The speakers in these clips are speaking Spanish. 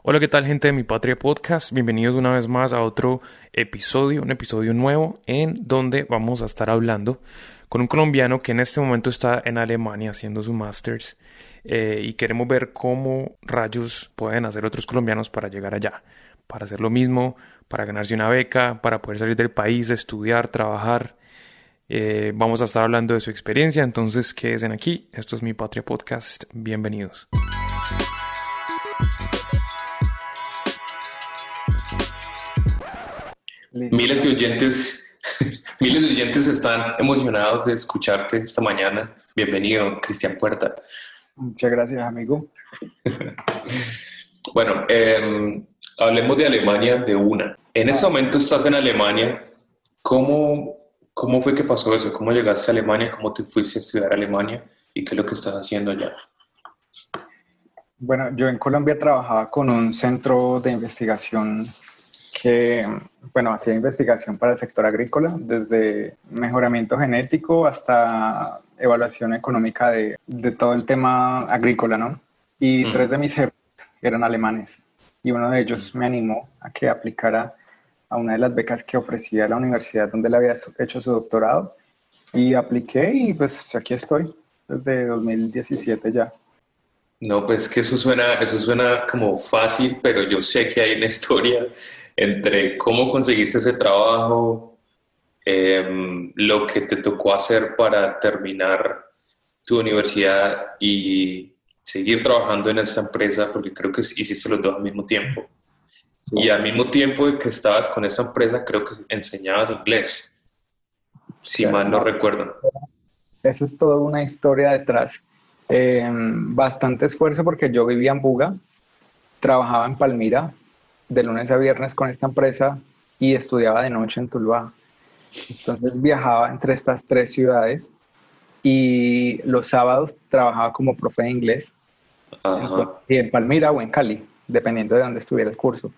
Hola, ¿qué tal, gente de Mi Patria Podcast? Bienvenidos una vez más a otro episodio, un episodio nuevo en donde vamos a estar hablando con un colombiano que en este momento está en Alemania haciendo su másters y queremos ver cómo rayos pueden hacer otros colombianos para llegar allá, para hacer lo mismo, para ganarse una beca, para poder salir del país, estudiar, trabajar. Vamos a estar hablando de su experiencia, entonces quédense aquí. Esto es Mi Patria Podcast. Bienvenidos. Listo. Miles de oyentes, miles de oyentes están emocionados de escucharte esta mañana. Bienvenido, Cristian Puerta. Muchas gracias, amigo. Bueno, hablemos de Alemania de una. En este Ah, momento estás en Alemania. ¿Cómo fue que pasó eso? ¿Cómo llegaste a Alemania? ¿Cómo te fuiste a estudiar a Alemania? ¿Y qué es lo que estás haciendo allá? bueno, yo en Colombia trabajaba con un centro de investigación que, bueno, hacía investigación para el sector agrícola, desde mejoramiento genético hasta evaluación económica de todo el tema agrícola, ¿no? Y tres Ujú. de mis jefes eran alemanes y uno de ellos me animó a que aplicara a una de las becas que ofrecía la universidad donde él había hecho su doctorado y apliqué y pues aquí estoy desde 2017 ya. No, pues que eso suena como fácil, pero yo sé que hay una historia entre cómo conseguiste ese trabajo, lo que te tocó hacer para terminar tu universidad y seguir trabajando en esta empresa, porque creo que hiciste los dos al mismo tiempo. Sí, Y al mismo tiempo que estabas con esta empresa, creo que enseñabas inglés, si claro, mal no no, recuerdo. eso es toda una historia detrás. Bastante esfuerzo porque yo vivía en Buga, trabajaba en Palmira de lunes a viernes con esta empresa y estudiaba de noche en Tuluá. Entonces viajaba entre estas tres ciudades y los sábados trabajaba como profe de inglés Ajá. y en Palmira o en Cali, dependiendo de dónde estuviera el curso.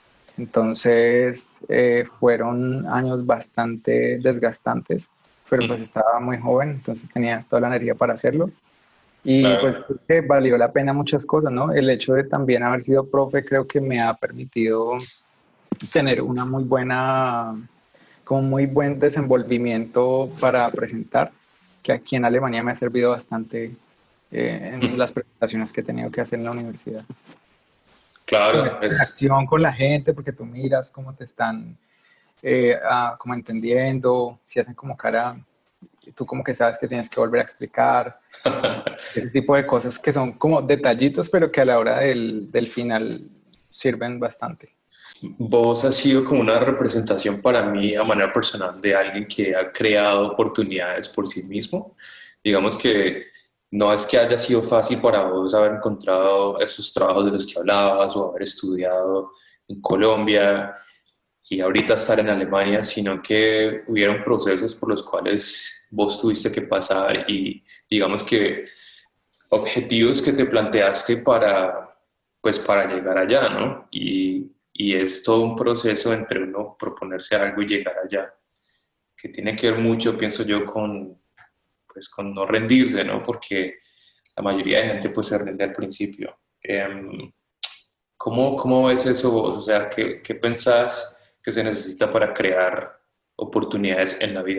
Entonces fueron años bastante desgastantes, pero pues Mm, estaba muy joven, entonces tenía toda la energía para hacerlo. Y pues claro. creo que valió la pena muchas cosas, ¿no? El hecho de también haber sido profe creo que me ha permitido tener una muy buena, como muy buen desenvolvimiento para presentar, que aquí en Alemania me ha servido bastante en Mm, las presentaciones que he tenido que hacer en la universidad. Como esa claro, interacción con la gente, porque tú miras cómo te están como entendiendo, si hacen como cara, tú como que sabes que tienes que volver a explicar, ese tipo de cosas que son como detallitos, pero que a la hora del final sirven bastante. vos has sido como una representación para mí a manera personal de alguien que ha creado oportunidades por sí mismo. Digamos que no es que haya sido fácil para vos haber encontrado esos trabajos de los que hablabas o haber estudiado en Colombia y ahorita estar en Alemania, sino que hubieron procesos por los cuales vos tuviste que pasar y digamos que objetivos que te planteaste pues para llegar allá, ¿no? Y es todo un proceso entre uno proponerse algo y llegar allá, que tiene que ver mucho, pienso yo, pues, con no rendirse, ¿no? Porque la mayoría de gente pues se rinde al principio. ¿Cómo ves eso vos? O sea, ¿qué pensás que se necesita para crear oportunidades en la vida?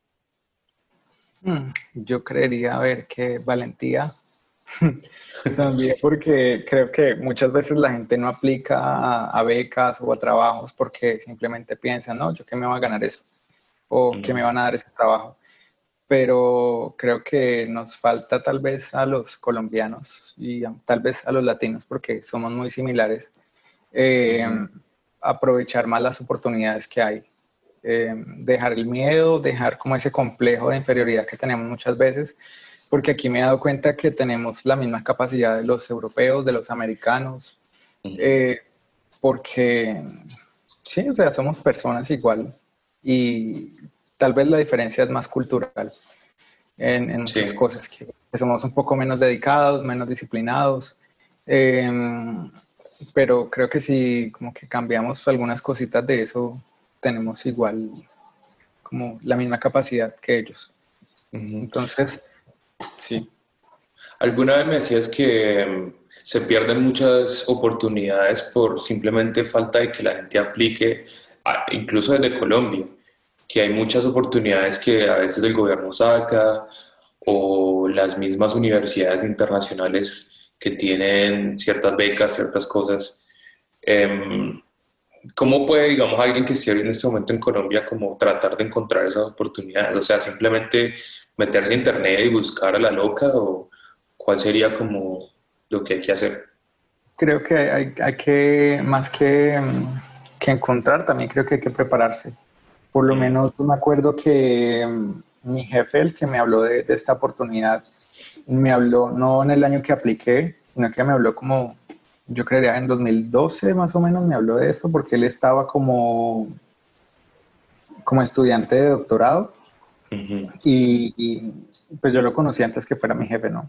Yo creería, a ver, que valentía también, Sí. porque creo que muchas veces la gente no aplica a becas o a trabajos porque simplemente piensa, no, yo qué me voy a ganar eso, o qué me Ujú, van a dar ese trabajo. Pero creo que nos falta tal vez a los colombianos y tal vez a los latinos, porque somos muy similares, eh, ujú, aprovechar más las oportunidades que hay. Dejar el miedo, dejar como ese complejo de inferioridad que tenemos muchas veces, porque aquí me he dado cuenta que tenemos la misma capacidad de los europeos, de los americanos, ujú. eh, porque sí, o sea, somos personas igual y tal vez la diferencia es más cultural en muchas Sí. cosas, que somos un poco menos dedicados, menos disciplinados, eh, pero creo que si como que cambiamos algunas cositas de eso, tenemos igual como la misma capacidad que ellos. Ujú. Entonces, sí. Alguna vez me decías que Se pierden muchas oportunidades por simplemente falta de que la gente aplique, incluso desde Colombia, que hay muchas oportunidades que a veces el gobierno saca o las mismas universidades internacionales que tienen ciertas becas, ciertas cosas. Em, ¿Cómo puede, digamos, alguien que esté en este momento en Colombia como tratar de encontrar esas oportunidades? O sea, simplemente meterse a internet y buscar a la loca o cuál sería como lo que hay que hacer. Creo que hay que, más que encontrar, también creo que hay que prepararse. Por lo Mm, menos me acuerdo que mi jefe, el que me habló de esta oportunidad, me habló no en el año que apliqué, sino que me habló como, yo creería en 2012 más o menos, me habló de esto porque él estaba como estudiante de doctorado ujú, y pues yo lo conocí antes que fuera mi jefe, ¿no?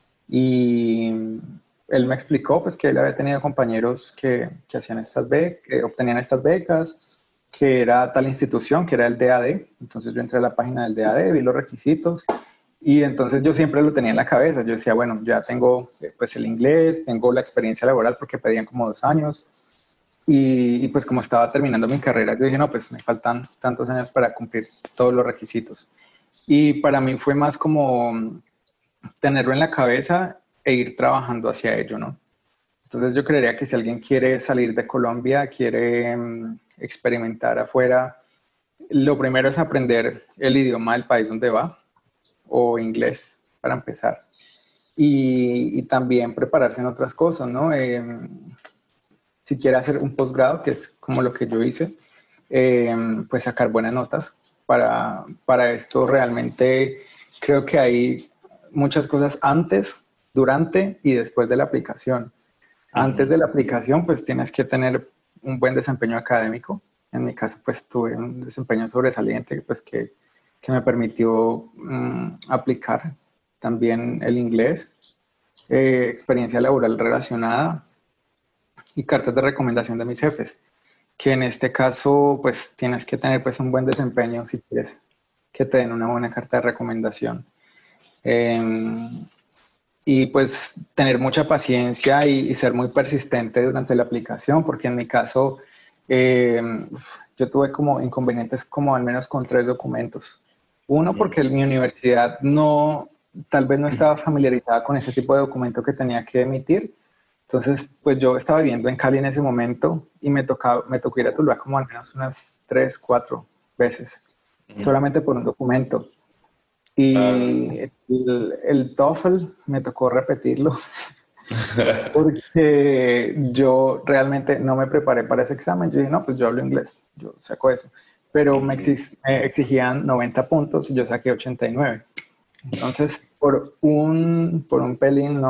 Y él me explicó pues que él había tenido compañeros que hacían estas becas, que obtenían estas becas, que era tal institución, que era el DAD. Entonces yo entré a la página del DAD, vi los requisitos y entonces yo siempre lo tenía en la cabeza. Yo decía, bueno, ya tengo pues el inglés, tengo la experiencia laboral porque pedían como 2 años pues como estaba terminando mi carrera, yo dije, no, pues me faltan tantos años para cumplir todos los requisitos. Y para mí fue más como tenerlo en la cabeza e ir trabajando hacia ello, ¿no? Entonces yo creería que si alguien quiere salir de Colombia, quiere experimentar afuera, lo primero es aprender el idioma del país donde va, o inglés para empezar. Y también prepararse en otras cosas, ¿no? Si quiere hacer un posgrado, que es como lo que yo hice, pues sacar buenas notas. Para esto realmente creo que hay muchas cosas antes, durante y después de la aplicación. Antes ujú. de la aplicación, pues tienes que tener un buen desempeño académico. En mi caso, pues tuve un desempeño sobresaliente, pues que me permitió aplicar también el inglés, experiencia laboral relacionada y cartas de recomendación de mis jefes, que en este caso, pues tienes que tener pues un buen desempeño si quieres que te den una buena carta de recomendación. Eh, y pues tener mucha paciencia y ser muy persistente durante la aplicación, porque en mi caso eh, yo tuve como inconvenientes como al menos con 3 documentos. Uno, porque mi universidad no, tal vez no estaba familiarizada con ese tipo de documento que tenía que emitir. Entonces, pues yo estaba viviendo en Cali en ese momento y me tocó ir a Tuluá como al menos unas 3, 4 veces, Ujú. solamente por un documento. Claro. Y el TOEFL me tocó repetirlo porque yo realmente no me preparé para ese examen. Yo dije, no, pues yo hablo inglés, yo saco eso. Pero Ujú. me exigían 90 puntos y yo saqué 89. Entonces, por un pelín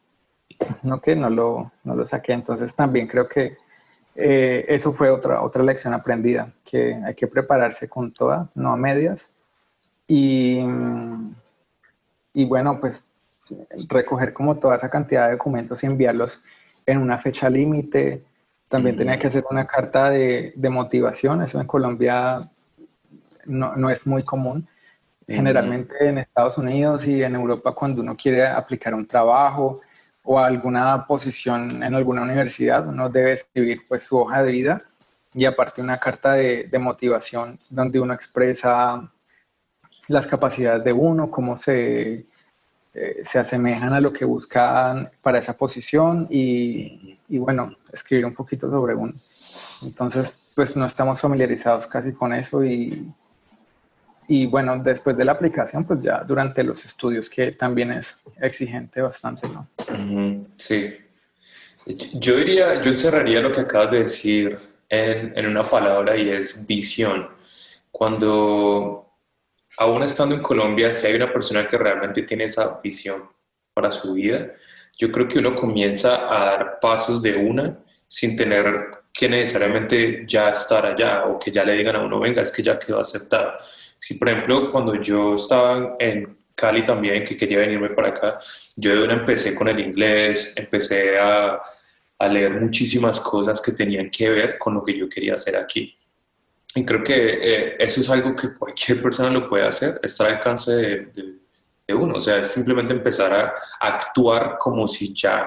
no lo saqué. Entonces, también creo que eso fue otra lección aprendida, que hay que prepararse con toda, no a medias. Y, y bueno, pues recoger como toda esa cantidad de documentos y enviarlos en una fecha límite. También tenía que Ujú. hacer una carta de motivación. Eso en Colombia no es muy común. Ujú. Generalmente en Estados Unidos y en Europa, cuando uno quiere aplicar un trabajo o alguna posición en alguna universidad, uno debe escribir pues su hoja de vida y aparte una carta de motivación donde uno expresa las capacidades de uno, cómo se asemejan a lo que buscan para esa posición y bueno, escribir un poquito sobre uno. Entonces, pues no estamos familiarizados casi con eso y bueno, después de la aplicación, pues ya durante los estudios, que también es exigente bastante, ¿no? Ujú. Sí. Yo diría, yo encerraría lo que acabas de decir en una palabra y es visión. Cuando, aún estando en Colombia, si hay una persona que realmente tiene esa visión para su vida, yo creo que uno comienza a dar pasos de una sin tener que necesariamente ya estar allá o que ya le digan a uno, venga, es que ya quedó aceptado. Si, por ejemplo, cuando yo estaba en Cali también, que quería venirme para acá, yo de una empecé con el inglés, empecé a leer muchísimas cosas que tenían que ver con lo que yo quería hacer aquí. Y creo que eso es algo que cualquier persona lo puede hacer, estar al alcance de uno. O sea, es simplemente empezar a actuar como si ya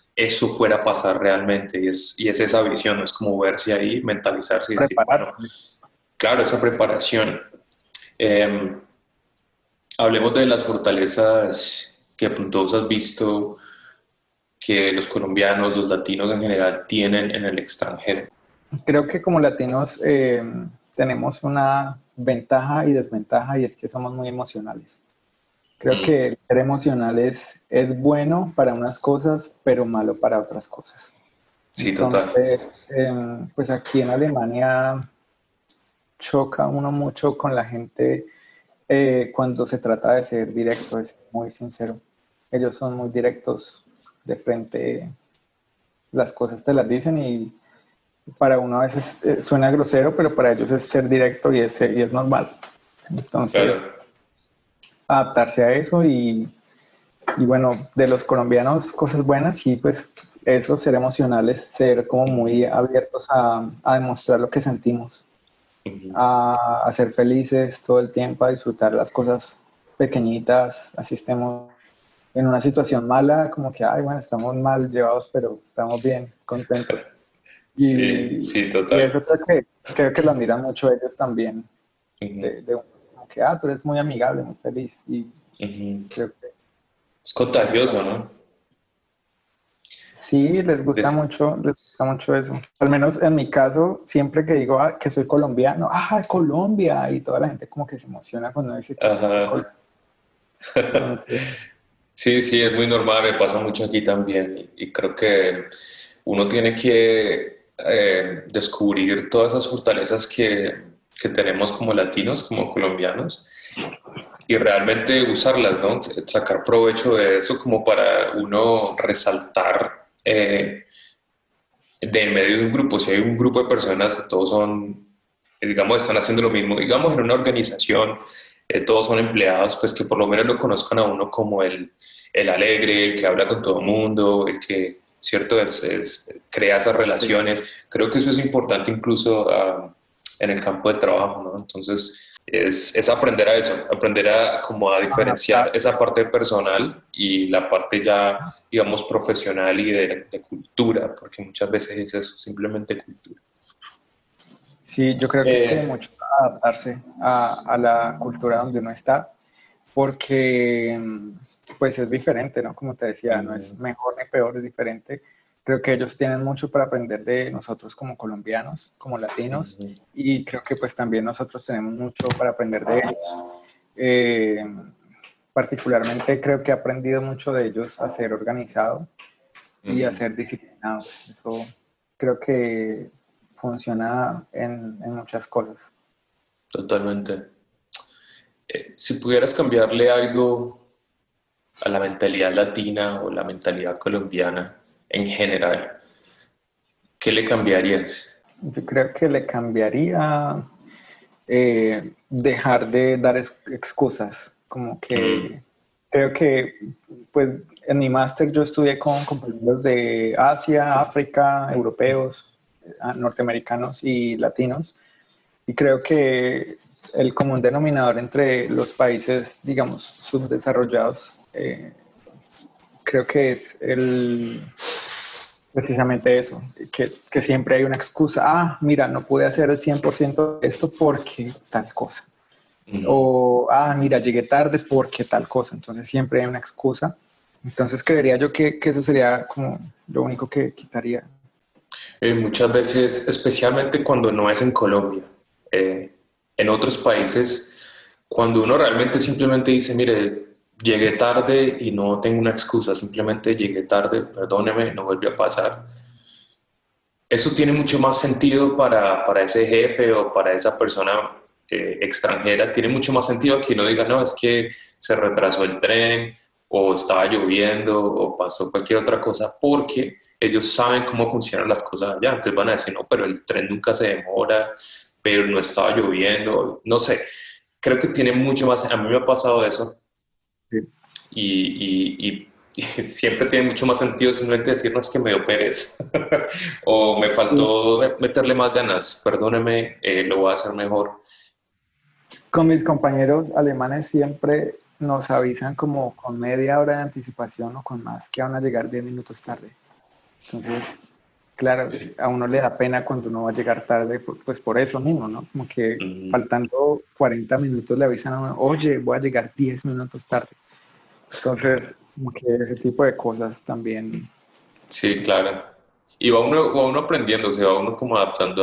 eso fuera a pasar realmente. Y es esa visión, ¿no? Es como verse ahí, mentalizarse y decir, bueno, Prepararse. claro, esa preparación. Eh, Hablemos de las fortalezas que de pronto vos has visto que los colombianos, los latinos en general tienen en el extranjero. Creo que como latinos tenemos una ventaja y desventaja y es que somos muy emocionales. Creo Mm, que ser emocional es bueno para unas cosas, pero malo para otras cosas. sí, total. Entonces, pues aquí en Alemania choca uno mucho con la gente cuando se trata de ser directo, de ser muy sincero. Ellos son muy directos de frente, las cosas te las dicen y para uno a veces suena grosero, pero para ellos es ser directo y es normal. Entonces, Claro. adaptarse a eso y bueno, de los colombianos, cosas buenas y pues eso, ser emocionales, ser como muy Ujú, abiertos a demostrar lo que sentimos, ujú. a ser felices todo el tiempo, a disfrutar las cosas pequeñitas, así estemos en una situación mala, como que, ay, bueno, estamos mal llevados, pero estamos bien, contentos. Sí, Y, sí, y total. eso creo que lo admiran mucho ellos también, Ujú, de uno, como que, tú eres muy amigable, muy feliz, y ujú. creo que Es eso contagioso, pasa. ¿no? Sí, Des- les gusta mucho eso. Al menos en mi caso, siempre que digo que soy colombiano, Colombia, y toda la gente como que se emociona cuando dice que es de Ajá. Colombia. Entonces, Sí, sí, es muy normal, me pasa mucho aquí también y creo que uno tiene que descubrir todas esas fortalezas que tenemos como latinos, como colombianos y realmente usarlas, ¿no? Sacar provecho de eso como para uno resaltar de en medio de un grupo. Si hay un grupo de personas que todos son, digamos, están haciendo lo mismo, digamos, en una organización, todos son empleados, pues que por lo menos lo conozcan a uno como el alegre, el que habla con todo el mundo, el que, cierto, crea esas sí. relaciones. Creo que eso es importante incluso en el campo de trabajo, ¿no? Entonces, es aprender a eso, aprender a como a diferenciar Adaptarse. esa parte personal y la parte ya, digamos, profesional y de cultura, porque muchas veces es eso, simplemente cultura. Sí, yo creo que es como Eh, mucho adaptarse a la cultura donde uno está, porque pues es diferente, ¿no? Como te decía, no es mm, mejor ni peor, es diferente. Creo que ellos tienen mucho para aprender de nosotros como colombianos, como latinos, mm, y creo que pues también nosotros tenemos mucho para aprender de ellos. Eh, Particularmente creo que he aprendido mucho de ellos a ser organizado y a mm, ser disciplinado. Eso creo que funciona en muchas cosas. totalmente. Si pudieras cambiarle algo a la mentalidad latina o la mentalidad colombiana en general, ¿qué le cambiarías? Yo creo que le cambiaría dejar de dar excusas, como Mm, que creo que pues en mi máster yo estudié con compañeros de Asia, África, europeos, norteamericanos y latinos, y creo que el común denominador entre los países, digamos, subdesarrollados, creo que es precisamente eso, que siempre hay una excusa. Mira, no pude hacer el 100% de esto porque tal cosa. mm. O, mira, llegué tarde porque tal cosa. Entonces siempre hay una excusa. Entonces creería yo que eso sería como lo único que quitaría. Muchas veces, especialmente cuando no es en Colombia, eh, en otros países, cuando uno realmente simplemente dice, mire, llegué tarde y no tengo una excusa, simplemente llegué tarde, perdóneme, no vuelve a pasar. Eso tiene mucho más sentido para ese jefe o para esa persona extranjera, tiene mucho más sentido que uno diga, no, es que se retrasó el tren o estaba lloviendo o pasó cualquier otra cosa, porque ellos saben cómo funcionan las cosas allá. Entonces van a decir, no, pero el tren nunca se demora, pero no estaba lloviendo, no sé. Creo que tiene mucho más, a mí me ha pasado eso Sí. y siempre tiene mucho más sentido simplemente decir, no, es que me dio pereza o me Y faltó meterle más ganas, perdóneme, lo voy a hacer mejor. con mis compañeros alemanes siempre nos avisan como con media hora de anticipación o con más que van a llegar 10 minutos tarde. Entonces, claro, a uno le da pena cuando uno va a llegar tarde, pues por eso mismo, ¿no? Como que Ujú. faltando 40 minutos le avisan a uno, oye, voy a llegar 10 minutos tarde. Entonces, como que ese tipo de cosas también. Sí, claro. Y va uno aprendiendo, se va uno como adaptando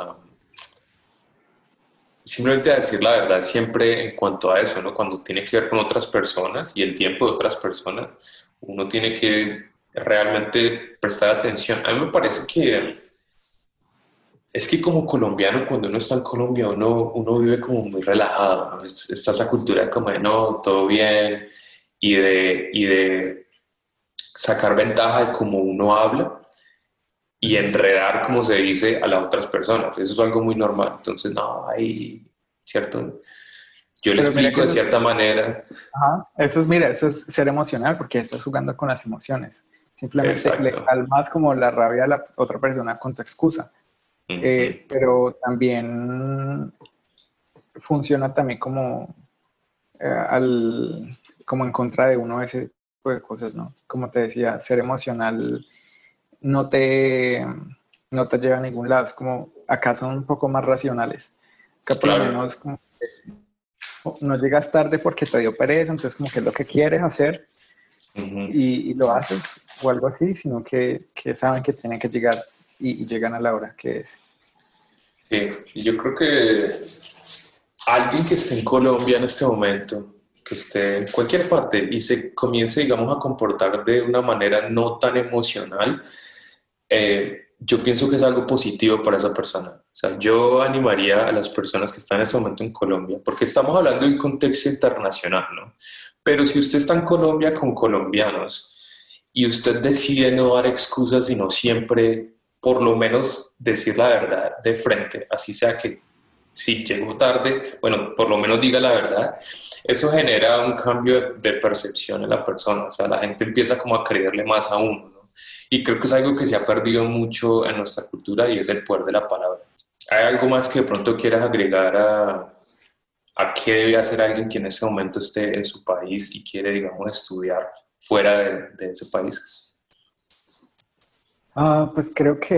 simplemente a decir la verdad siempre en cuanto a eso, ¿no? Cuando tiene que ver con otras personas y el tiempo de otras personas, uno tiene que realmente prestar atención. A mí me parece que es que como colombiano, cuando uno está en Colombia, uno vive como muy relajado, ¿no? Está esa cultura como de no, todo bien y de sacar ventaja de cómo uno habla y enredar, como se dice, a las otras personas. Eso es algo muy normal. Entonces, no, hay, ¿cierto? Yo le Pero mira explico que de eso es, cierta manera. ajá, eso es, mira, eso es ser emocional porque estás jugando con las emociones. Simplemente le Exacto. calmas como la rabia a la otra persona con tu excusa. Ujú. Pero también funciona también como, como en contra de uno ese tipo de cosas, ¿no? Como te decía, ser emocional no te, no te lleva a ningún lado. Es como, acá son un poco más racionales. Acá por lo Claro. menos como no llegas tarde porque te dio pereza, entonces como que es lo que quieres hacer Ujú. y lo haces o algo así, sino que saben que tienen que llegar y llegan a la hora que es. Sí, y yo creo que alguien que esté en Colombia en este momento, que esté en cualquier parte y se comience, digamos, a comportar de una manera no tan emocional, yo pienso que es algo positivo para esa persona. O sea, yo animaría a las personas que están en este momento en Colombia, porque estamos hablando de un contexto internacional, ¿no? Pero si usted está en Colombia con colombianos y usted decide no dar excusas, sino siempre, por lo menos, decir la verdad de frente, así sea que si llegó tarde, bueno, por lo menos diga la verdad, eso genera un cambio de percepción en la persona, o sea, la gente empieza como a creerle más a uno, ¿no? Y creo que es algo que se ha perdido mucho en nuestra cultura y es el poder de la palabra. ¿Hay algo más que de pronto quieras agregar a qué debe hacer alguien que en este momento esté en su país y quiere, digamos, estudiar fuera de ese país? Pues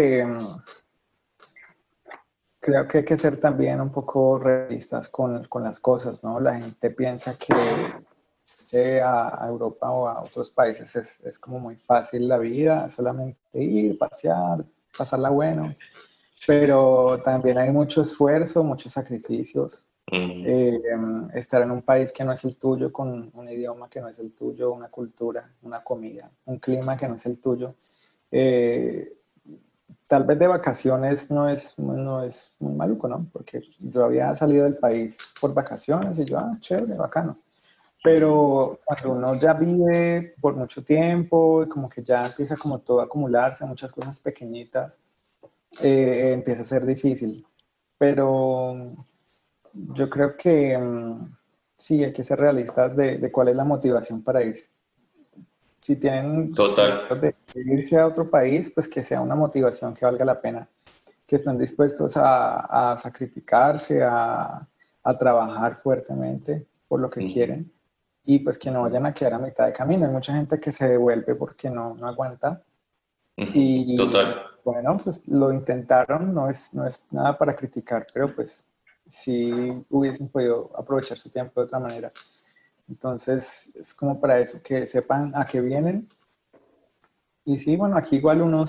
creo que hay que ser también un poco realistas con las cosas, ¿no? La gente piensa que irse a Europa o a otros países es como muy fácil la vida, solamente ir, pasear, pasarla bueno, pero también hay mucho esfuerzo, muchos sacrificios. Mm, eh, Estar en un país que no es el tuyo, con un idioma que no es el tuyo, una cultura, una comida, un clima que no es el tuyo. Eh, Tal vez de vacaciones no es muy maluco, ¿no? Porque yo había salido del país por vacaciones y yo, chévere, bacano. Pero cuando uno ya vive por mucho tiempo y como que ya empieza como todo a acumularse, muchas cosas pequeñitas, empieza a ser difícil. Pero yo creo que sí, hay que ser realistas de cuál es la motivación para irse. Si tienen total. deseos de irse a otro país, pues que sea una motivación que valga la pena, que estén dispuestos a sacrificarse, a trabajar fuertemente por lo que Ujú, quieren y pues que no ujú, vayan a quedar a mitad de camino. Hay mucha gente que se devuelve porque no aguanta ujú, y total. bueno, pues lo intentaron, no es nada para criticar, pero pues sí hubiesen podido aprovechar su tiempo de otra manera. Entonces es como para eso, que sepan a qué vienen. Y sí, bueno, aquí igual uno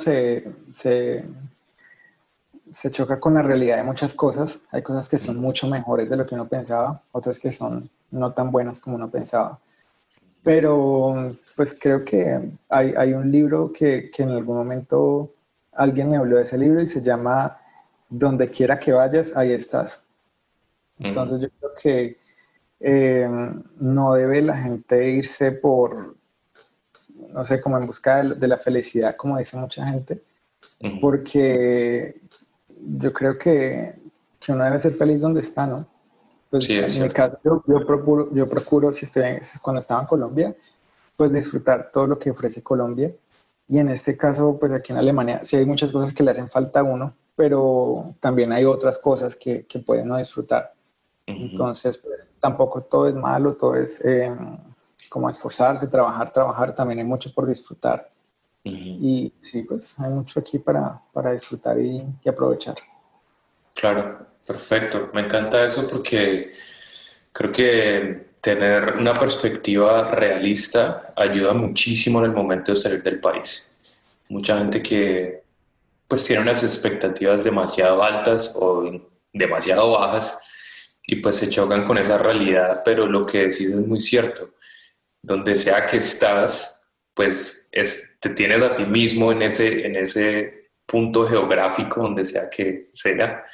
se choca con la realidad de muchas cosas. Hay cosas que son mucho mejores de lo que uno pensaba, otras que son no tan buenas como uno pensaba. Pero pues creo que hay un libro que en algún momento alguien me habló de ese libro y se llama Donde quiera que vayas, ahí estás. Ujú, Entonces yo creo que eh, no debe la gente irse por, no sé, como en busca de la felicidad, como dice mucha gente, ujú. porque yo creo que uno debe ser feliz donde está, ¿no? Pues Sí, es en mi cierto. caso, yo procuro si estoy, cuando estaba en Colombia, pues disfrutar todo lo que ofrece Colombia. Y en este caso, pues aquí en Alemania, sí hay muchas cosas que le hacen falta a uno, pero también hay otras cosas que puede no disfrutar. Ujú. Entonces, pues tampoco todo es malo, todo es como esforzarse, trabajar, también hay mucho por disfrutar. Ujú. Y sí, pues hay mucho aquí para disfrutar y aprovechar. Claro, perfecto. Me encanta eso porque creo que tener una perspectiva realista ayuda muchísimo en el momento de salir del país. Mucha gente que pues tiene unas expectativas demasiado altas o demasiado bajas y pues se chocan con esa realidad, pero lo que decís es muy cierto. Donde sea que estás, pues te tienes a ti mismo en ese punto geográfico, donde sea que sea,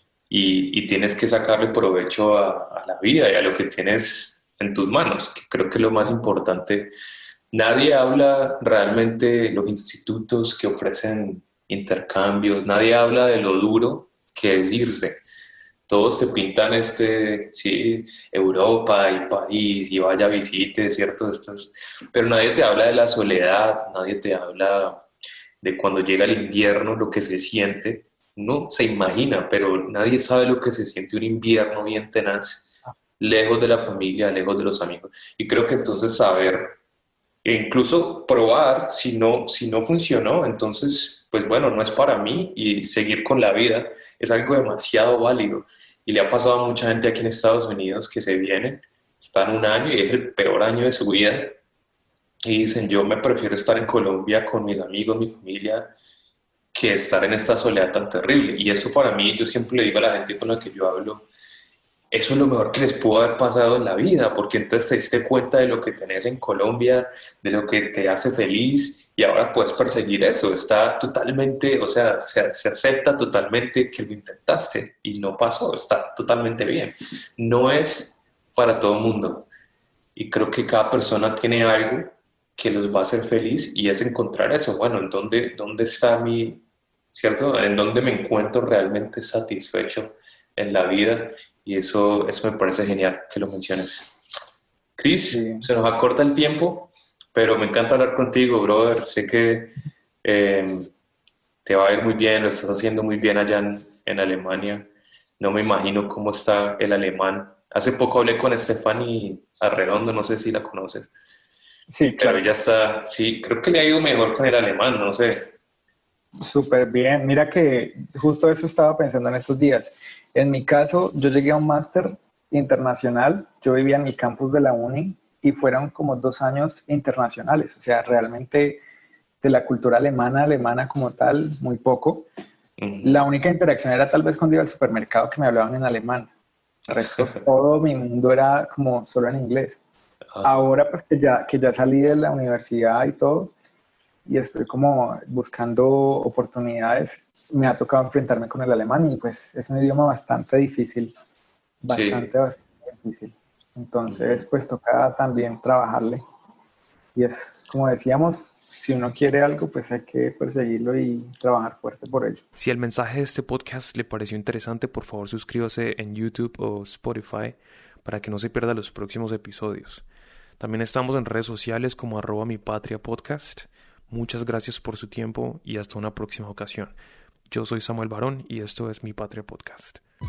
y tienes que sacarle provecho a la vida y a lo que tienes en tus manos, que creo que es lo más importante. Nadie habla realmente de los institutos que ofrecen intercambios, nadie habla de lo duro que es irse. Todos te pintan sí, Europa y París y vaya visite, ¿cierto? Pero nadie te habla de la soledad, nadie te habla de cuando llega el invierno, lo que se siente. No se imagina, pero nadie sabe lo que se siente un invierno bien tenaz, lejos de la familia, lejos de los amigos. Y creo que entonces saber e incluso probar si no funcionó, entonces, pues bueno, no es para mí y seguir con la vida es algo demasiado válido. Y le ha pasado a mucha gente aquí en Estados Unidos que se vienen, están un año y es el peor año de su vida y dicen, yo me prefiero estar en Colombia con mis amigos, mi familia, que estar en esta soledad tan terrible. Y eso para mí, yo siempre le digo a la gente con la que yo hablo, eso es lo mejor que les pudo haber pasado en la vida, porque entonces te diste cuenta de lo que tenés en Colombia, de lo que te hace feliz y ahora puedes perseguir eso. Está totalmente, o sea, se acepta totalmente que lo intentaste y no pasó, está totalmente bien. No es para todo el mundo y creo que cada persona tiene algo que los va a hacer feliz y es encontrar eso. Bueno, dónde está cierto? ¿En dónde me encuentro realmente satisfecho en la vida? Y eso me parece genial que lo menciones. Chris, Sí, se nos acorta el tiempo, pero me encanta hablar contigo, brother. Sé que eh, te va a ir muy bien, lo estás haciendo muy bien allá en Alemania. No me imagino cómo está el alemán. Hace poco hablé con Stephanie Arredondo, no sé si la conoces, sí, pero claro. ella está, sí, creo que le ha ido mejor con el alemán, no sé. Súper bien. Mira que justo eso estaba pensando en estos días. En mi caso, yo llegué a un máster internacional. Yo vivía en el campus de la uni y fueron como 2 años internacionales. O sea, realmente de la cultura alemana, alemana como tal, muy poco. La Ujú. única interacción era tal vez cuando iba al supermercado que me hablaban en alemán. El resto, todo mi mundo era como solo en inglés. Ah, Ahora pues que ya salí de la universidad y todo, y estoy como buscando oportunidades, me ha tocado enfrentarme con el alemán y pues es un idioma bastante difícil, sí. bastante difícil. Entonces Ujú. pues toca también trabajarle y es como decíamos, si uno quiere algo pues hay que perseguirlo y trabajar fuerte por ello. Si el mensaje de este podcast le pareció interesante, por favor suscríbase en YouTube o Spotify para que no se pierda los próximos episodios. También estamos en redes sociales como @mipatriapodcast. Muchas gracias por su tiempo y hasta una próxima ocasión. Yo soy Samuel Barón y esto es Mi Patria Podcast.